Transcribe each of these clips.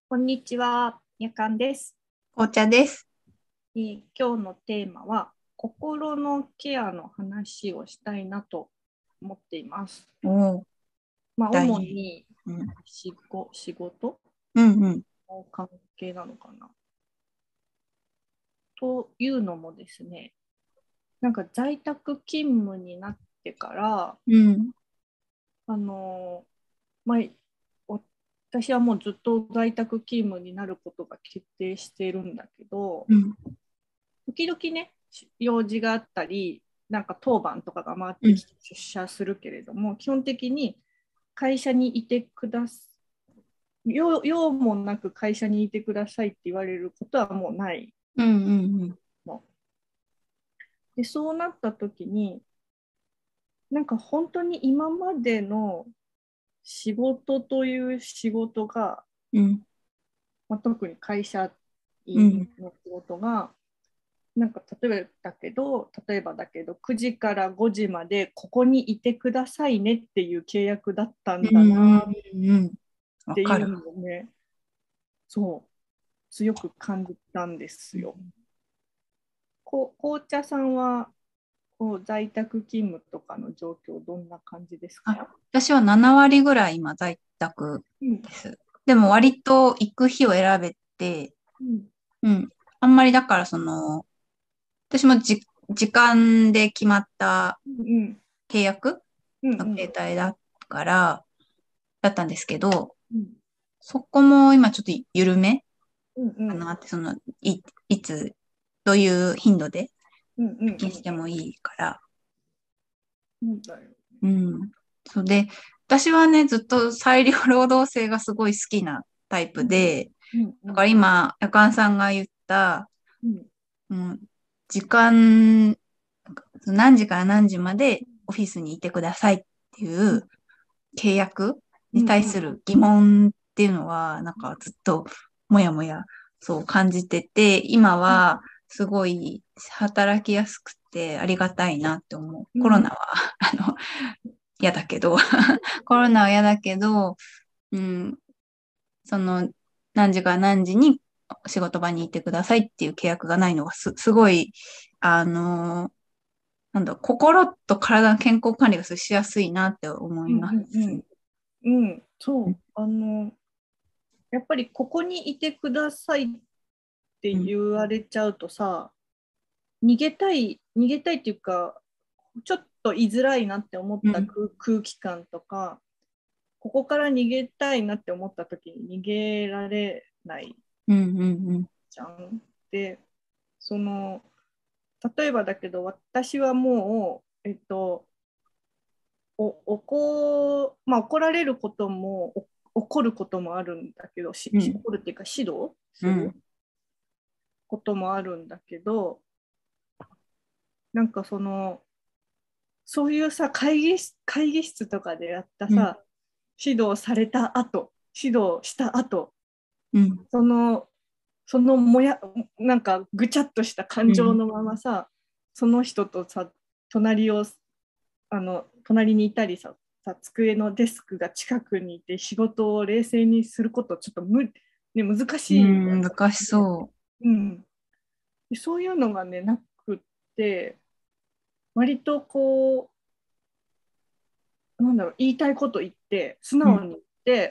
こんにちは、やかんです。 紅茶です。 今日のテーマは心のケアの話をしたいなと思っています。 おー、 主大事。 にうん、 仕事うんうん。 の関係なのかな。というのもですね、なんか在宅勤務になってから、 うん、 あの、まあ、私はもうずっと在宅勤務になることが決定しているんだけど、 うん、 時々ね、用事があったり、なんか当番とかが回っうん、 てきて出社するけれども、基本的に会社にいてくださ用もなく会社にいてくださいって言われることはもうないうん、うん。 の。で、そうなった時に、なんか本当に今までの仕事という仕事が、 うん、 特に会社員うん、 の仕事が、なんか例えばだけど、9時から5時までここにいてくださいねっていう契約だったんだなっうん。わかる。 ていうのをね、そう、強く感じたんですよ。紅茶さんは在宅勤務とかの状況、どんな感じですあ、 か？ 私は7割ぐらい今在宅うん、 です。でも割と行く日を選べて、 うん、 うん。あんまりだから私も時間で決まったうん、 契約うん、うのん、 形態だったんですけど、 うん、 そこも今ちょっと緩めうん、うん、 あって、いつ、どういう頻度でうん、うん、 出勤してもいいから。 うんだよ。 うん。そうで、私はね、ずっと裁量労働制がすごい好きなタイうん、 プで、 うん、うだからん、 今、夜間さんが言った、 うん、 うん、時間、何時から何時までオフィスにいてくださいっていう契約うん、 に対うん、 する疑問っていうのは、なんかずっともやもやそう感じてて、今はすごい働きやすくてありがたいなって思う。 うん、 コロナは、嫌だけど、コロナは嫌だけど、うん、その、何時から何時に仕事場にいてくださいっていう契約がないのがすごい、あの、心と体の健康管理がしやすいなって思いまうん、うす。 ん、うん、そう、 うん、 やっぱりここにいてくださいってうん、 言われちゃうとさ、逃げたいっていうか、ちょっと居づらいなって思ったうん、 空気感とか、ここから逃げたいなって思った時に逃げられないうん、うん、 じゃん。で、その、例えばだけど、私はもう、怒られることも、怒ることもあるんだけど、 うん、 怒るっていうか指導するうん、 こともあるんだけど、なんかそういうさ、会議室とかでやったうん、 さ、指導した後、 うん、 その、そのもや、なんかぐちゃっとした感うん、 情のままさ、その人とさ、隣を、隣にいたり机のデスクが近くにいて仕事を冷静にすることちょっと難うしいじゃん。 ん、難しそうん。でそういうのがね、なくって、割となんだろう、言いたいこと言って、素う。うん、 直に言って、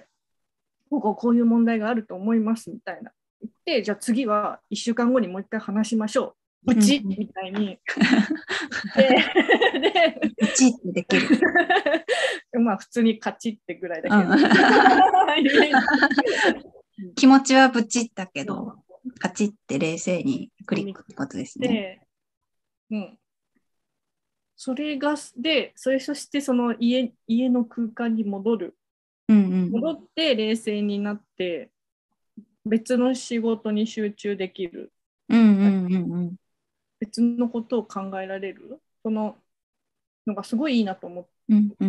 こういう問題があると思いますみたいな。言って、じゃあ次は1週間後にもう一回話しましょう。ブうん、 チッみたいに言って、で、 うちってできる。 まあ普通にカチッってぐらいだうん。 けど、イメージ。 気持ちはブチったけど、カチって冷静にクリッにクってことですね。 で、うん。そしてその家の空間に戻る。 うんうん。 戻って冷静になって、別の仕事に集中できる。 うんうんうんうん。 別のことを考えられる。そののがすごいいいなと思って、 うんうん。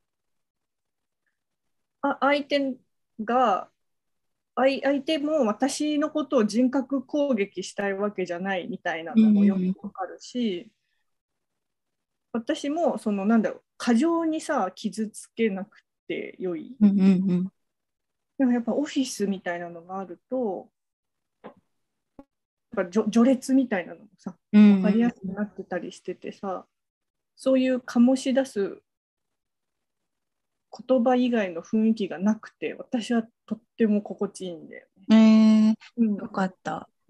相手が、相手も私のことを人格攻撃したいわけじゃないみたいなうんのもよくうんわかるし、私もなんだろう、過剰にさ、傷つけなくてよい。 うんうんうん。 でもやっぱオフィスみたいなのがあると、やっぱ序列みたいなのもさ、分かりやすくなってたりしててさ、そういう醸し出す言葉以外の雰囲気がなくて、私はとっても心地いいんだよね。うん、 よかった。 うん、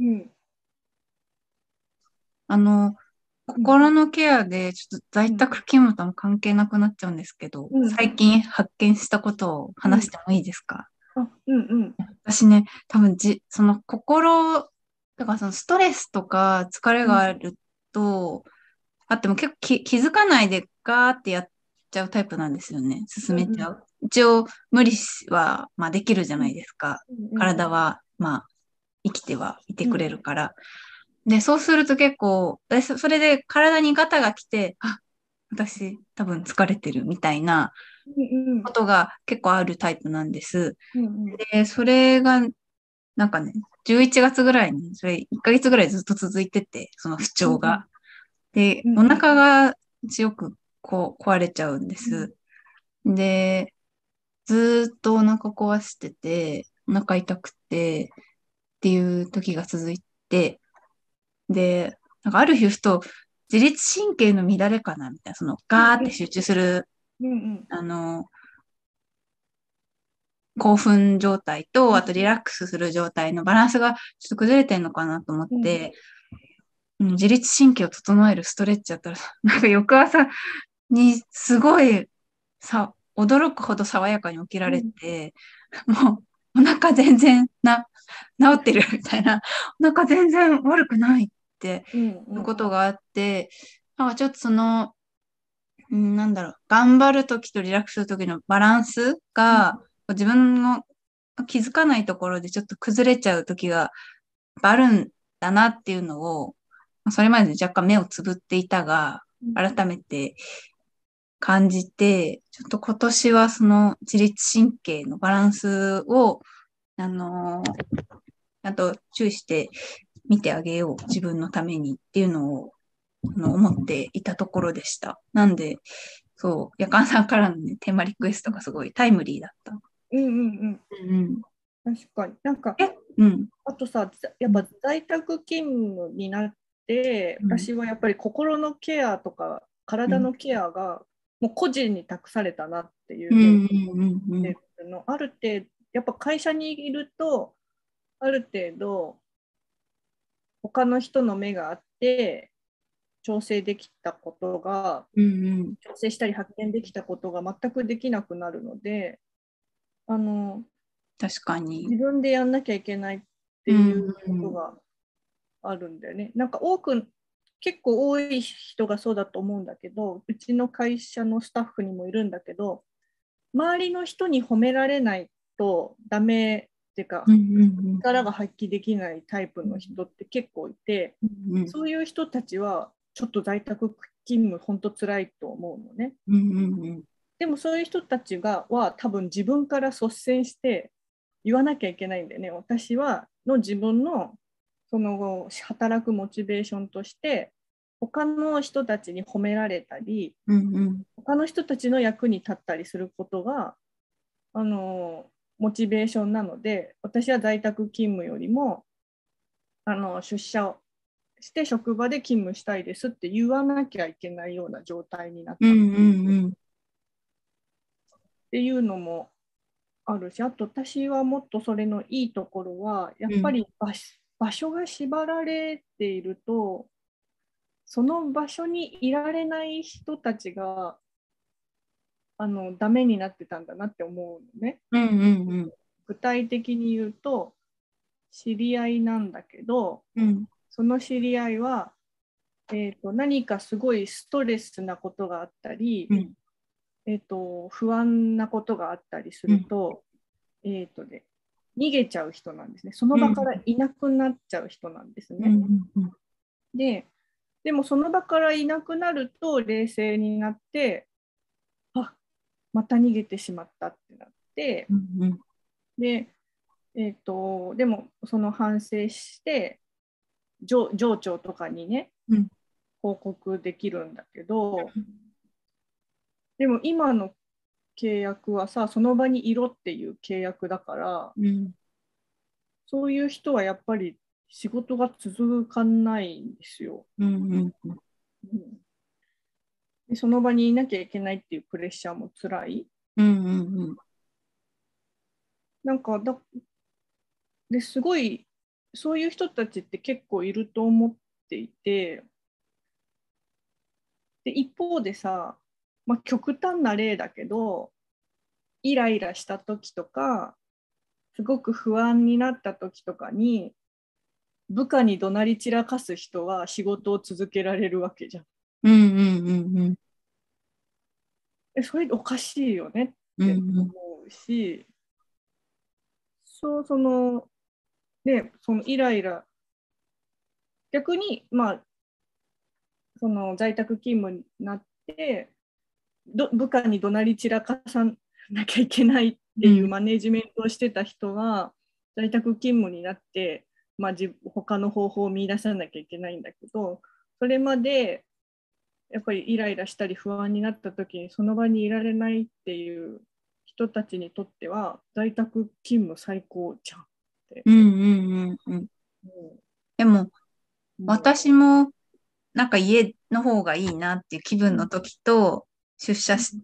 うん、 心のケアで、ちょっと在宅勤務とも関係なくなっちゃうんですけど、 うん、 最近発見したことをうん。 話してもいいですか？ あ、うん、うん、 私ね、多分そのだからそのストレスとか疲れうん、 があると、あっても結構気づかないでガーってやっちゃうタイプなんですよね。進めちゃう。一応無理は、まあ、できるじゃうん、 ないですか。 うん、 体は、まあ、生きてはいてくうん、 れるから。で、そうすると結構、それで体にガタが来て、あ、私多分疲れてるみたいなうん、 ことが結構あるタイプなんです。 うん、 で、それがなんかね、11月ぐらいに、それ1ヶ月ぐらいずっと続いてて、その不うん、 調が。で、 うん、 お腹が強く壊れちゃうんでうん、 す。で、ずーっとお腹壊してて、お腹痛くてっていう時が続いて、で、なんかある日ふと自律神経の乱れかなみたいな、そのガーって集中する、 うん、 あの、興奮状態と、あとリラックスする状態のバランスがちょっと崩れてんのかなと思っうん、 て、自律神経を整えるストレッチやったら、なんか翌朝にすごい驚くほど爽やかに起きられうん、 て、もうお腹全然治ってるみたいな、お腹全然悪くないってうん、 いううん、 ことがあって、なんかちょっとなんだろう、頑張るときとリラックスするときのバランスが、自分の気づかないところでちょっと崩れちゃうときがあるんだなっていうのを、それまで若干目をつぶっていたが、改めて感じて、ちょっと今年はその自律神経のバランスを、あのちゃんと注意して見てあげよう、自分のためにっていうのを思っていたところでした。なんで、そう、夜間さんからのね、テーマリクエストがすごいタイムリーだった。 うん、うん、うん、 うん。 確かに。なんか、 うん。 あとさ、やうん。 っぱ在宅勤務になって、 うん。 私はやっぱり心のケアとか体のケアがもう個人に託されたなっていうん。 うふうにうん。うん。 思ってるの。ある程度、やっぱ会社にいると、ある程度、他の人の目があって、調整できたことが、 うん。 調整したり発見できたことが全くできなくなるので、あの、 確かに。 自分でやんなきゃいけないってうん。 いううん。 ことがあるんだよね。なんか結構多い人がそうだと思うんだけど、うちの会社のスタッフにもいるんだけど、周りの人に褒められないとダメっていうか、 うん。 力が発揮できないタイプの人って結構いて、 うん。 そういう人たちはちょっと在宅勤務本当辛いと思うのね。 うん。うん。 でもそういう人たちは多分自分から率先して言わなきゃいけないんだよね。私は自分のその後働くモチベーションとして他の人たちに褒められたりうん。 他の人たちの役に立ったりすることがあのモチベーションなので、私は在宅勤務よりも出社をして職場で勤務したいですって言わなきゃいけないような状態になっうん。 たっうん。 ていうのもあるし、あと私はもっとそれのいいところは、やっうん。 ぱり場所が縛られていると、その場所にいられない人たちがダメになってたんだなって思うのね。 うん。 具体的に言うと、知り合いなんだけど、 うん。 その知り合いは、何かすごいストレスなことがあったり、 うん。 不安なことがあったりすうん。 ると、ね、逃げちゃう人なんですね。そのうん。 場からいなくなっちゃう人なんですうん。 ね。 うん。 で、でもその場からいなくなると冷静になって、あ、また逃げてしまったってなって、 うん。 で、でもその反省して上長とかにね、 うん。 報告できるんだけど、でも今の契約はさ、その場にいろっていう契約だから、 うん。 そういう人はやっぱり仕事が続かないんですよ。 うんうんうん。 うんで、その場にいなきゃいけないっていうプレッシャーも辛い。 うんうんうん。 なんかですごい、そういう人たちって結構いると思っていて、で一方でさ、まあ、極端な例だけど、イライラした時とか、すごく不安になった時とかに、部下に怒鳴り散らかす人は仕事を続けられるわけじゃん。 うんうんうんうん。 それおかしいよねっうんて思うん。 うし、その、ね、そのイライラ、逆に、まあ、その在宅勤務になって、部下に怒鳴り散らかさなきゃいけないっていううんマネジメントをしてた人は、在宅勤務になって、まあ、他の方法を見出さなきゃいけないんだけど、それまでやっぱりイライラしたり不安になった時にその場にいられないっていう人たちにとっては在宅勤務最高じゃんって。 うんうんうん。 もでも、 も私もなんか家の方がいいなっていう気分の時と、出社して、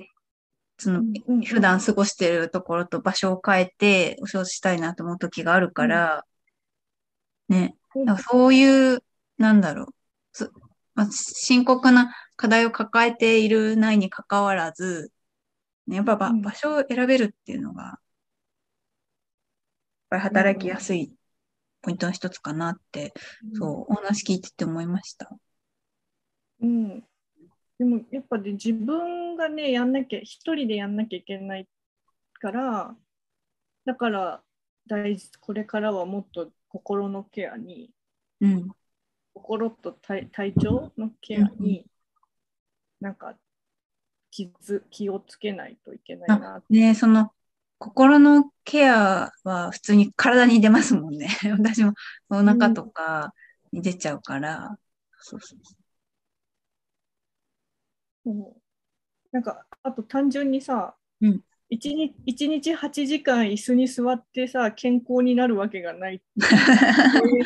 その、 うんうん普段過ごしてるところと場所を変えてお仕事したいなと思う時があるうんうんから、ね、 うんなんかそういう、なんだろう、まあ、深刻な課題を抱えているないに関わらず、ね、やっぱ場所を選べるっていうのが、やっぱり働きやすいポイントの一つかなって、そう、お話聞いてて思いました。 うん、でもやっぱり自分がね一人でやんなきゃいけないから、だからこれからはもっと心のケアに、 うん。 心と体調のケうんうん。 アになんか気をつけないといけないあ、 な。 ね、その、心のケアは普通に体に出ますもんね。私もお腹うん、 とかに出ちゃうから。そうそうそそうなんかあと単純にさ、 う。うん。 一日8時間椅子に座ってさ健康になるわけがないっていうさ、そういう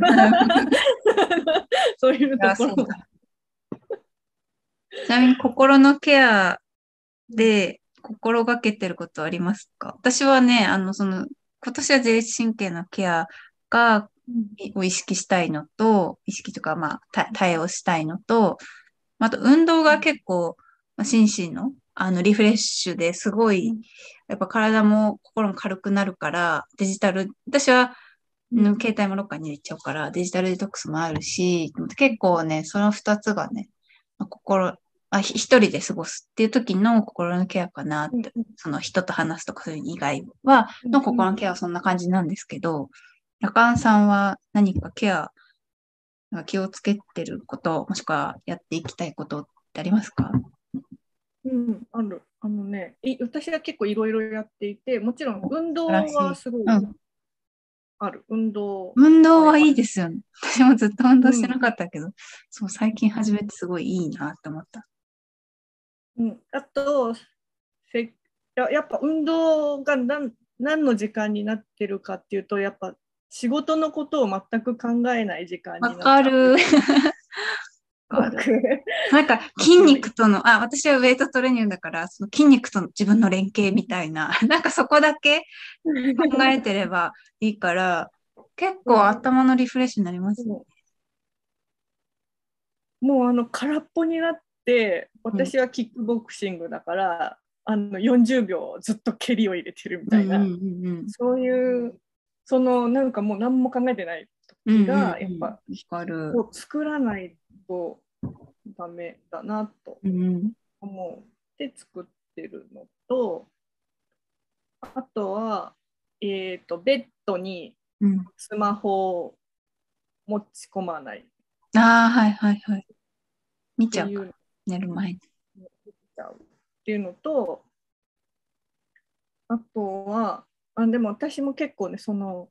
そういういや、 ところ。 そうだ。ちなみに心のケアで心がけてることありますか？私はね、今年は自律神経のケアが、を意識したいのと、意識とか、まあ、対応したいのと、あと運動が結構、まあ心身の、リフレッシュですごい、やっぱ体も心も軽くなるから、私は、携帯もロッカーに入れちゃうから、デジタルデトックスもあるし、結構ね、その二つがね、まあ一人で過ごすっていう時の心のケアかなって、その人と話すとかそういう以外の心のケアはそんな感じなんですけど、ラカンさんは何か気をつけてること、もしくはやっていきたいことってありますか？ ある。私は結構いろいろやっていて、もちろん素運動晴らしい。 はすごいうん。 ある。運動運動はいいはやっぱり。 ですよね。私もずっと運動してなうん。 かったけど、そう、最近始めてすごいいいなって思った。 あと、やっぱ運動が何の時間になってるかっていうと、やっぱ仕事のことを全く考えない時間わになっちゃってる。 かる。わかる。なんか筋肉との、私はウェイトトレーニングだから、その筋肉と自分の連携みたいな、なんかそこだけ考えてればいいから、結構頭のリフレッシュになりますね。 もう空っぽになって、 うん。 私はキックボクシングだから、40秒ずっと蹴りを入れてるみうんうんたいな、 うんうん。 そういう、なんかもう何も考えてないうんうん時が、やっうん。 ぱ、 わかる。 を作らないとダメだなとうんうん。 思って作ってるのと、あとは、ベッドにうん。 スマホを持ち込まないっああ、はいはいはい。見ちゃうかていうのら、寝る前に。 っていうのと、あとは、でも私も結構ね、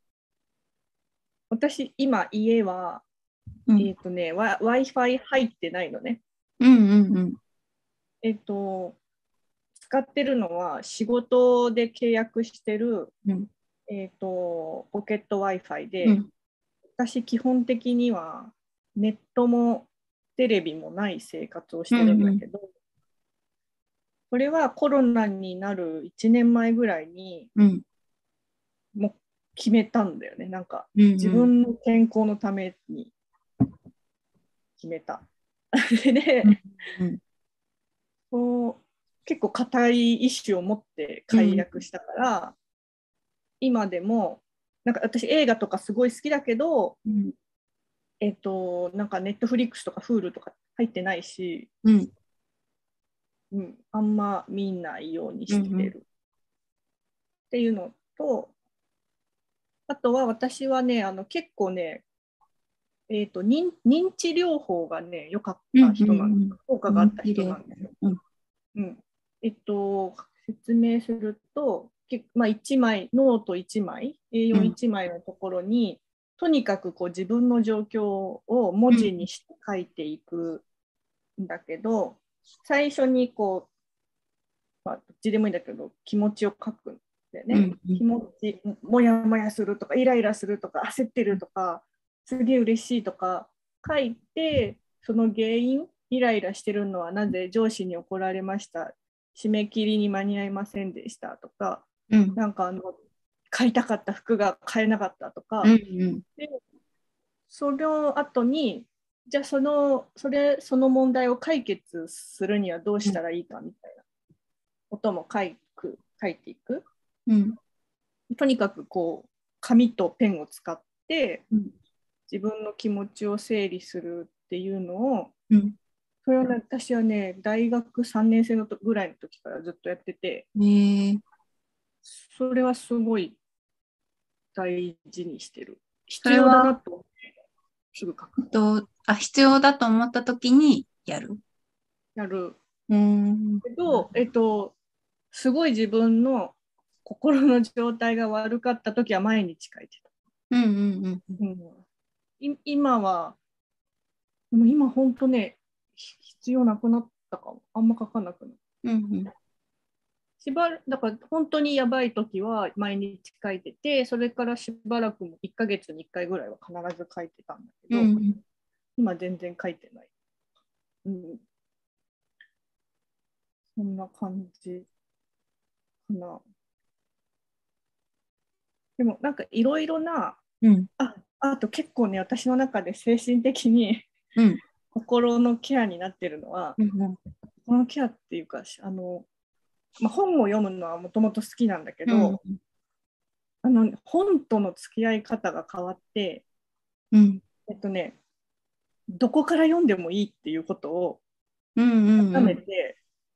私、今、家は、 うん。 Wi-Fi 入ってないのね。 うんうんうん。 えっと、 使ってるのは仕事で契約してる、 うんポケット Wi-Fi うで、 ん私基本的にはネットもテレビもない生活をしてるんうんうんだけど、これはコロナになる1年前ぐらいにうんもう決めたんだよね。なんかうん自分の健康のために決めた。で、 うんこう結構固い意志を持って解約したから、今でもなんか私映画とかすごい好きだけど、 うんなんかネットフリックスとか Hulu とか入ってないし、 うんあんま見ないようにうんしてるっていうのと、あとは私はね、結構ね、認知療法がね、良かった人なんです。効果があった人なんですよ。 うんうん。説明すると、まあ、1枚、ノート1枚、A41 枚のところに、とにかくこう自分の状況を文字にして書いていくんだけど、最初にこう、まあ、どっちでもいいんだけど、気持ちを書くんでね、気持ち、もやもやするとか、イライラするとか、焦ってるとか、すげえ嬉しいとか書いて、その原因、イライラしてるのはなぜ、上司に怒られました、締め切りに間に合いませんでしたとか、なんか買いたかった服が買えなかったとか、でその後に、じゃあその問題を解決するにはどうしたらいいかみたいなことも書いていく。とにかくこう紙とペンを使って自分の気持ちを整理するっていうのを、それは、ね、私はね、大学3年生のぐらいの時からずっとやってて、それはすごい大事にしてる。必要だなと思ってすぐ書く。 必要だと思った時にやる。 けど、すごい自分の心の状態が悪かった時は毎日書いてた。今は、でも今本当ね、必要なくなったかも。あんま書かなくなった。だから本当にやばい時は毎日書いてて、それからしばらくも1ヶ月に1回ぐらいは必ず書いてたんだけど、今全然書いてない。そんな感じかな。でもなんかいろいろな、あと結構ね、私の中で精神的に心のケアになってるのは、心のケアっていうか、本を読むのはもともと好きなんだけど、本との付き合い方が変わって、どこから読んでもいいっていうことを改めて、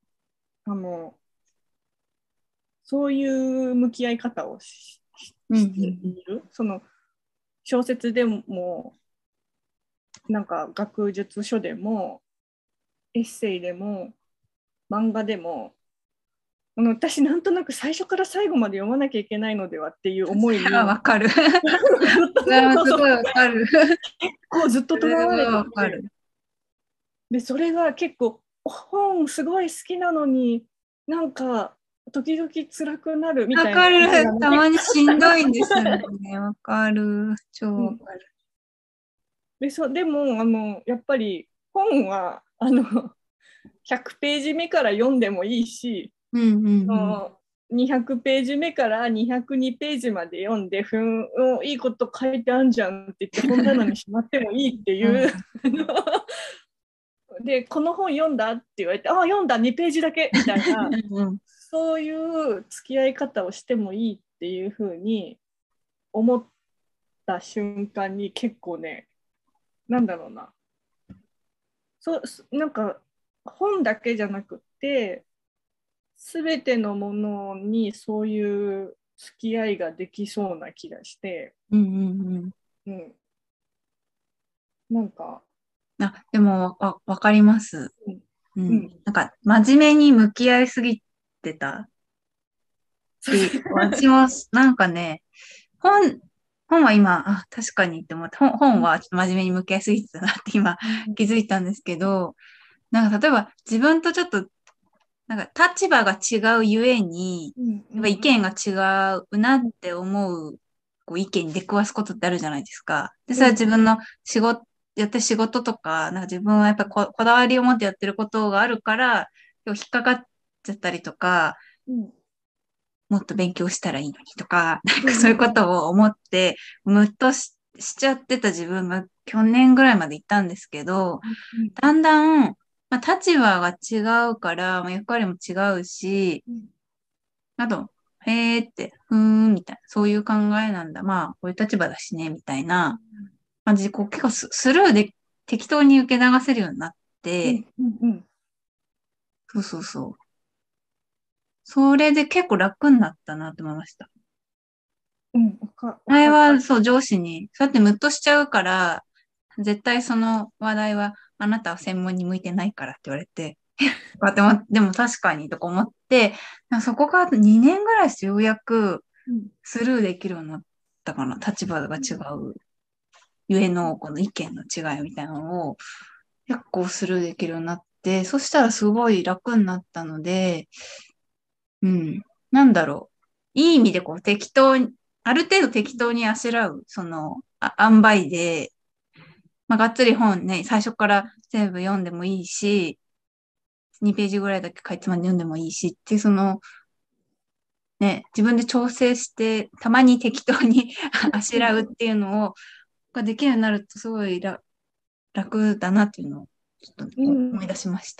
そういう向き合い方をしている。その小説でも、なんか学術書でも、エッセイでも、漫画でも、私なんとなく最初から最後まで読まなきゃいけないのではっていう思いにわかる。すごいわかる。 結構ずっととらわれてて、でそれが結構本すごい好きなのになんか時々辛くなるみたいな。 わかる。たまにしんどいんですよね。わかる。超わかる。 でもやっぱり本は100ページ目から読んでもいいし、200ページ目から202ページまで読んで、いいこと書いてあるじゃんって言って本棚にしまってもいいっていうで、この本読んだって言われて、あ、読んだ、2ページだけみたいなそういう付き合い方をしてもいいっていうふうに思った瞬間に結構ね、なんだろうな、なんか本だけじゃなくて全てのものにそういう付き合いができそうな気がして、なんかでもわかります。なんか真面目に向き合いすぎてた。私もなんかね、本は今、確かにって思って、本は真面目に向き合いすぎてたなって今気づいたんですけど、なんか例えば自分とちょっとなんか立場が違うゆえに、やっぱ意見が違うなって思う、こう意見に出くわすことってあるじゃないですか。で、それは自分のやってる仕事とか、なんか自分はやっぱこだわりを持ってやってることがあるから、引っかかっちゃったりとか、もっと勉強したらいいのにとか、なんかそういうことを思って、ムッとしちゃってた自分が去年ぐらいまでいたんですけど、だんだん、まあ、立場が違うから、まあ、役割も違うし、あと、へーって、ふーん、みたいな、そういう考えなんだ。まあ、こういう立場だしね、みたいな感じで、こう結構スルーで適当に受け流せるようになって、そうそうそう。それで結構楽になったなって思いました。前は、そう、上司に、そうやってムッとしちゃうから、絶対その話題は、あなたは専門に向いてないからって言われて、でも確かにとか思って、そこから2年ぐらいしてようやくスルーできるようになったかな。立場が違うゆえのこの意見の違いみたいなのを結構スルーできるようになって、そしたらすごい楽になったので、うん。なんだろう。いい意味でこう適当に、ある程度適当にあしらう、塩梅で、まあ、がっつり本ね、最初から全部読んでもいいし、2ページぐらいだけかいつまんで読んでもいいしっていう、ね、自分で調整して、たまに適当にあしらうっていうのができるようになると、すごい楽だなっていうのを、ちょっと思い出しました。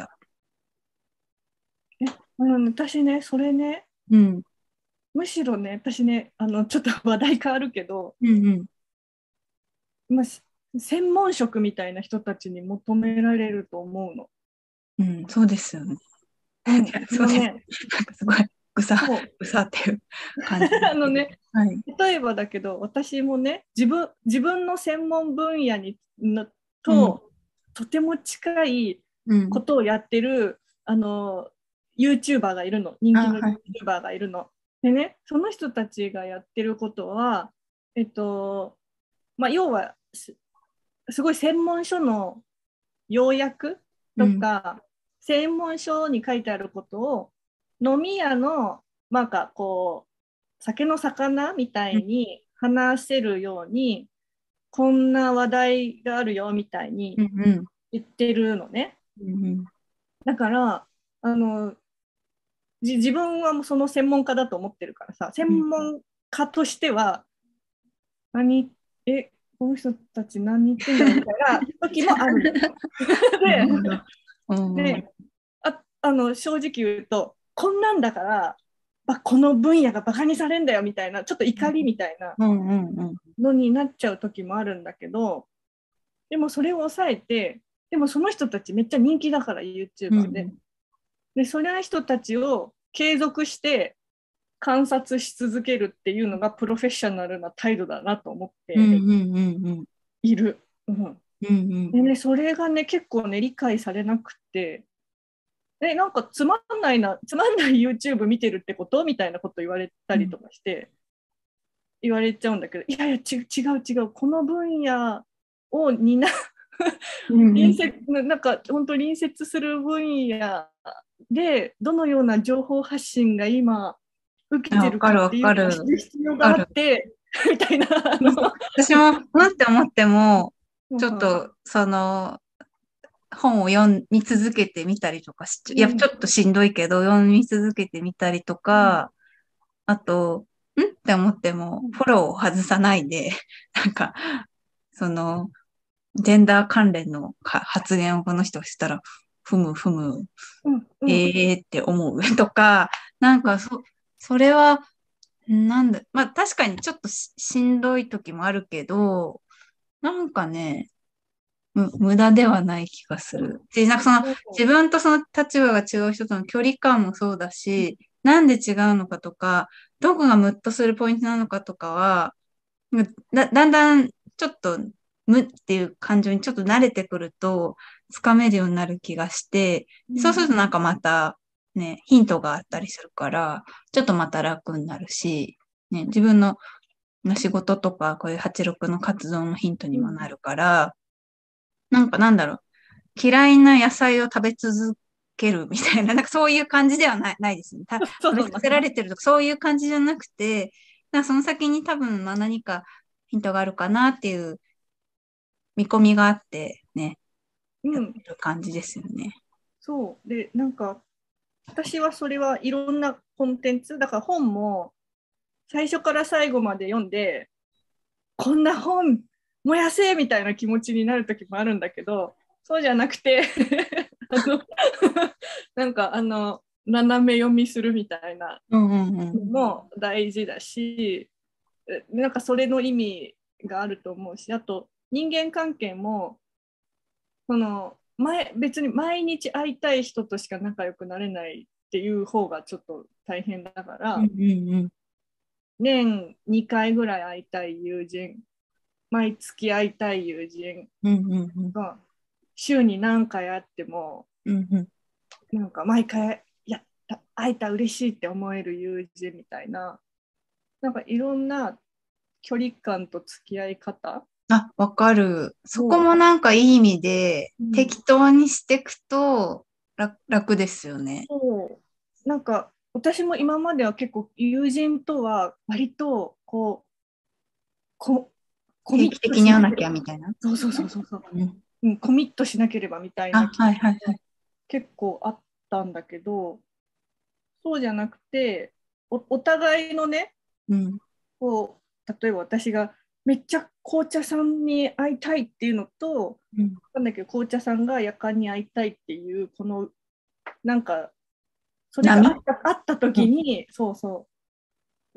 私ね、それね、 うん。 むしろね、私ね、ちょっと話題変わるけど、 うんうん。 まあ、専門職みたいな人たちに求められると思うの。 うん、そうですよね。そうです。なんかすごい、ぐさっていう感じ。 はい、例えばだけど、私もね、自分の専門分野ととても近いことをやってる、YouTuber がいるの、人気の YouTuber がいるの。でね、その人たちがやってることは、まあ、要はすごい専門書の要約とか、専門書に書いてあることを飲み屋のなんかこう酒の魚みたいに話せるように、こんな話題があるよみたいに言ってるのね。だから自分はもうその専門家だと思ってるからさ、専門家としてはこの人たち何言ってんだろうみたいな時もあるで正直言うと、こんなんだからこの分野がバカにされんだよみたいな、ちょっと怒りみたいなのになっちゃう時もあるんだけど、でもそれを抑えて、でもその人たちめっちゃ人気だから YouTuber で、それの人たちを継続して観察し続けるっていうのがプロフェッショナルな態度だなと思っている。でね、それがね、結構ね、理解されなくて、なんかつまんない YouTube 見てるってことみたいなこと言われたりとかして、言われちゃうんだけど、いやいや、違う、この分野をなんか本当隣接する分野でどのような情報発信が今受けてるかっていうのを知る必要があってみたいな。 私もなんて思ってもちょっと本を読み続けてみたりとかいやちょっとしんどいけど読み続けてみたりとか、あとって思ってもフォローを外さないでなんかジェンダー関連の発言をこの人がしたら、ふむ、って思うとか、なんかそれは、まあ確かにちょっとしんどい時もあるけど、なんかね、無駄ではない気がする。で、なんか自分とその立場が違う人との距離感もそうだし、なんで違うのかとか、どこがムッとするポイントなのかとかは、だんだんちょっと無っていう感情にちょっと慣れてくると、つかめるようになる気がして、そうするとなんかまたね、ヒントがあったりするから、ちょっとまた楽になるし、ね、自分の仕事とか、こういう86の活動のヒントにもなるから、なんだろう、嫌いな野菜を食べ続けるみたいな、なんかそういう感じではないですね。 そう食べさせられてるとかそういう感じじゃなくて、なんかその先に多分何かヒントがあるかなっていう見込みがあってね、やってる感じですよね。 そうで、なんか私はそれはいろんなコンテンツだから本も最初から最後まで読んでこんな本燃やせみたいな気持ちになる時もあるんだけど、そうじゃなくてあのなんか斜め読みするみたいなのも大事だし、なんかそれの意味があると思うし、あと人間関係も別に毎日会いたい人としか仲良くなれないっていう方がちょっと大変だから、年2回ぐらい会いたい友人、毎月会いたい友人が週に何回会っても、なんか毎回会えた嬉しいって思える友人みたいな、なんかいろんな距離感と付き合い方。 あ、わかる。そこもなんかいい意味で、適当にしていくと楽ですよね。 そう。なんか私も今までは結構友人とは割とコ定期的に会わなきゃみたいな。 そうそうそうそう、コミットしなければみたいな気が結構あったんだけど、そうじゃなくて、お互いのね、例えば私がめっちゃ紅茶さんに会いたいっていうのと、なんだけど紅茶さんが夜間に会いたいっていう、なんかそれがあった時に、そうそう、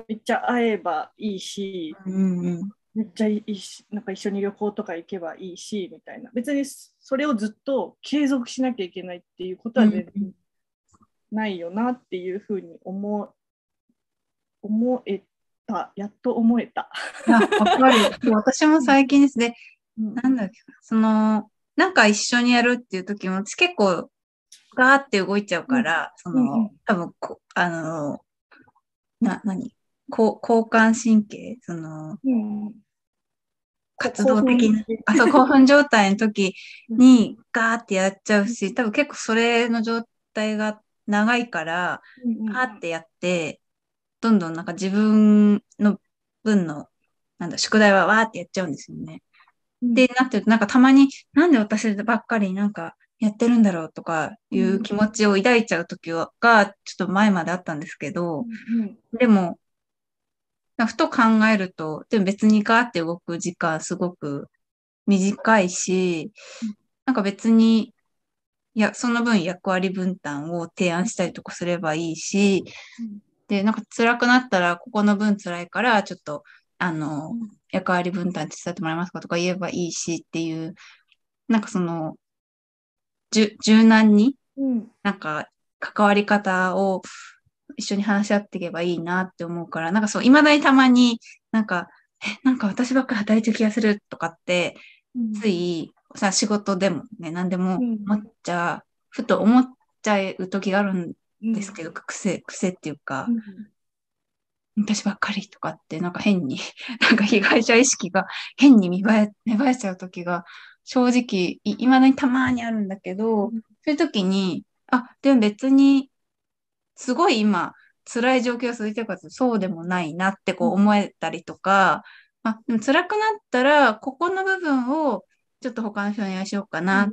めっちゃ会えばいいし、めっちゃいいし、なんか一緒に旅行とか行けばいいしみたいな、別にそれをずっと継続しなきゃいけないっていうことは全然ないよなっていうふうに思えた、やっと思えた。 わかる。私も最近ですね。なんだっけ、なんか一緒にやるっていう時も、私結構ガーって動いちゃうから、多分交感神経、活動的な、興奮状態の時にガーってやっちゃうし、多分結構それの状態が長いから、ガーってやって、どんどんなんか自分の分の、宿題はわーってやっちゃうんですよね。で、なってると、なんかたまに、なんで私ばっかりなんかやってるんだろうとかいう気持ちを抱いちゃう時が、ちょっと前まであったんですけど、でも、ふと考えると、でも別にガーって動く時間すごく短いし、なんか別に、いや、その分役割分担を提案したりとかすればいいし、で、なんか辛くなったら、ここの分辛いから、ちょっと、役割分担手伝ってもらえますかとか言えばいいしっていう、なんか柔軟に、なんか関わり方を一緒に話し合っていけばいいなって思うから、なんかそう、未だにたまになんか私ばっかり働いてる気がするとかって、つい、仕事でもね、何でもふと思っちゃう時があるんですけど、癖っていうか、私ばっかりとかって、なんか変に、なんか被害者意識が変に芽生えちゃう時が、正直、未だにたまにあるんだけど、そういう時に、でも別に、すごい今、辛い状況が続いてるからそうでもないなって思えたりとか、でも辛くなったら、ここの部分をちょっと他の人にお願いしようかなって、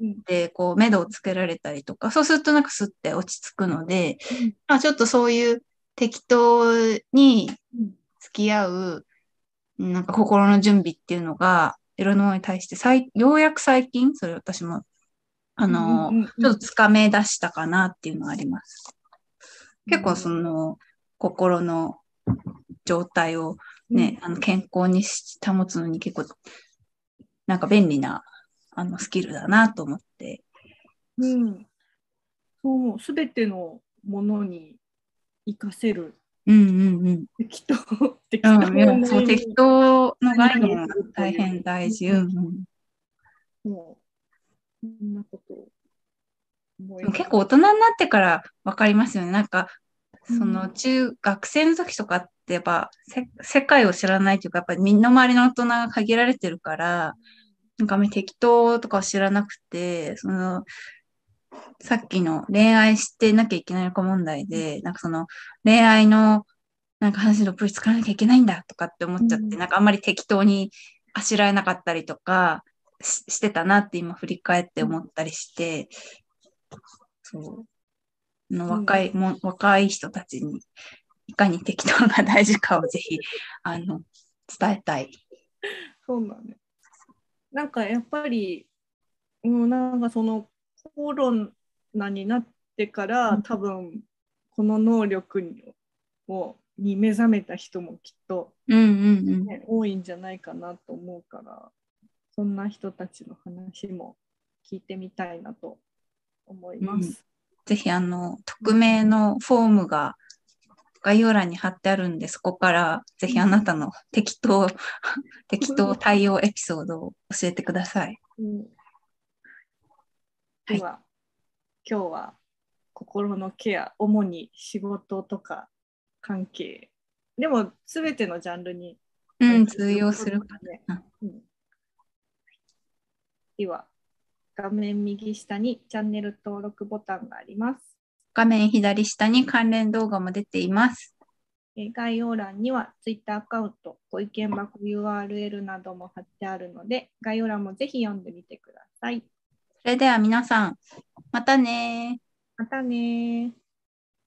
目処をつけられたりとか、そうするとなんかスッて落ち着くので、ちょっとそういう適当に付き合う、なんか心の準備っていうのが、いろんなものに対してようやく最近、それ私も、ちょっとつかめ出したかなっていうのはあります。結構心の状態をね、健康に保つのに結構、なんか便利な、スキルだなと思って。 そう、すべてのものに活かせる。適当適当の概念は大変大事。 もう、そんなこと結構大人になってから分かりますよね。なんか、学生の時とかってやっぱ世界を知らないというか、やっぱりみんな周りの大人が限られてるから、なんか適当とかを知らなくて、 さっきの恋愛してなきゃいけない子問題で、なんかその恋愛のなんか話のプロ使わなきゃいけないんだとかって思っちゃって、なんかあんまり適当にあしらえなかったりとかしてたなって今振り返って思ったりして、そう。若い人たちにいかに適当が大事かをぜひ、伝えたい。 そうだね。なんかやっぱり、なんかそのコロナになってから多分この能力に目覚めた人もきっと、 うんうんうん。 ね、多いんじゃないかなと思うから、そんな人たちの話も聞いてみたいなと思いまうん、 す。 ぜひ、匿名のフォームが概要欄に貼ってあるんで、そこからぜひあなたの適当対応エピソードを教えてください。 うん、 はい。 では、今日は心のケア、主に仕事とか関係、でも全てのジャンルにうん、 通通じること用するかだね。 な。 うん、では、画面右下にチャンネル登録ボタンがあります。 画面左下に関連動画も出ています。 概要欄には Twitter アカウント、ご意見箱 URL なども貼ってあるので、概要欄もぜひ読んでみてください。 それでは皆さん、またね。 またね。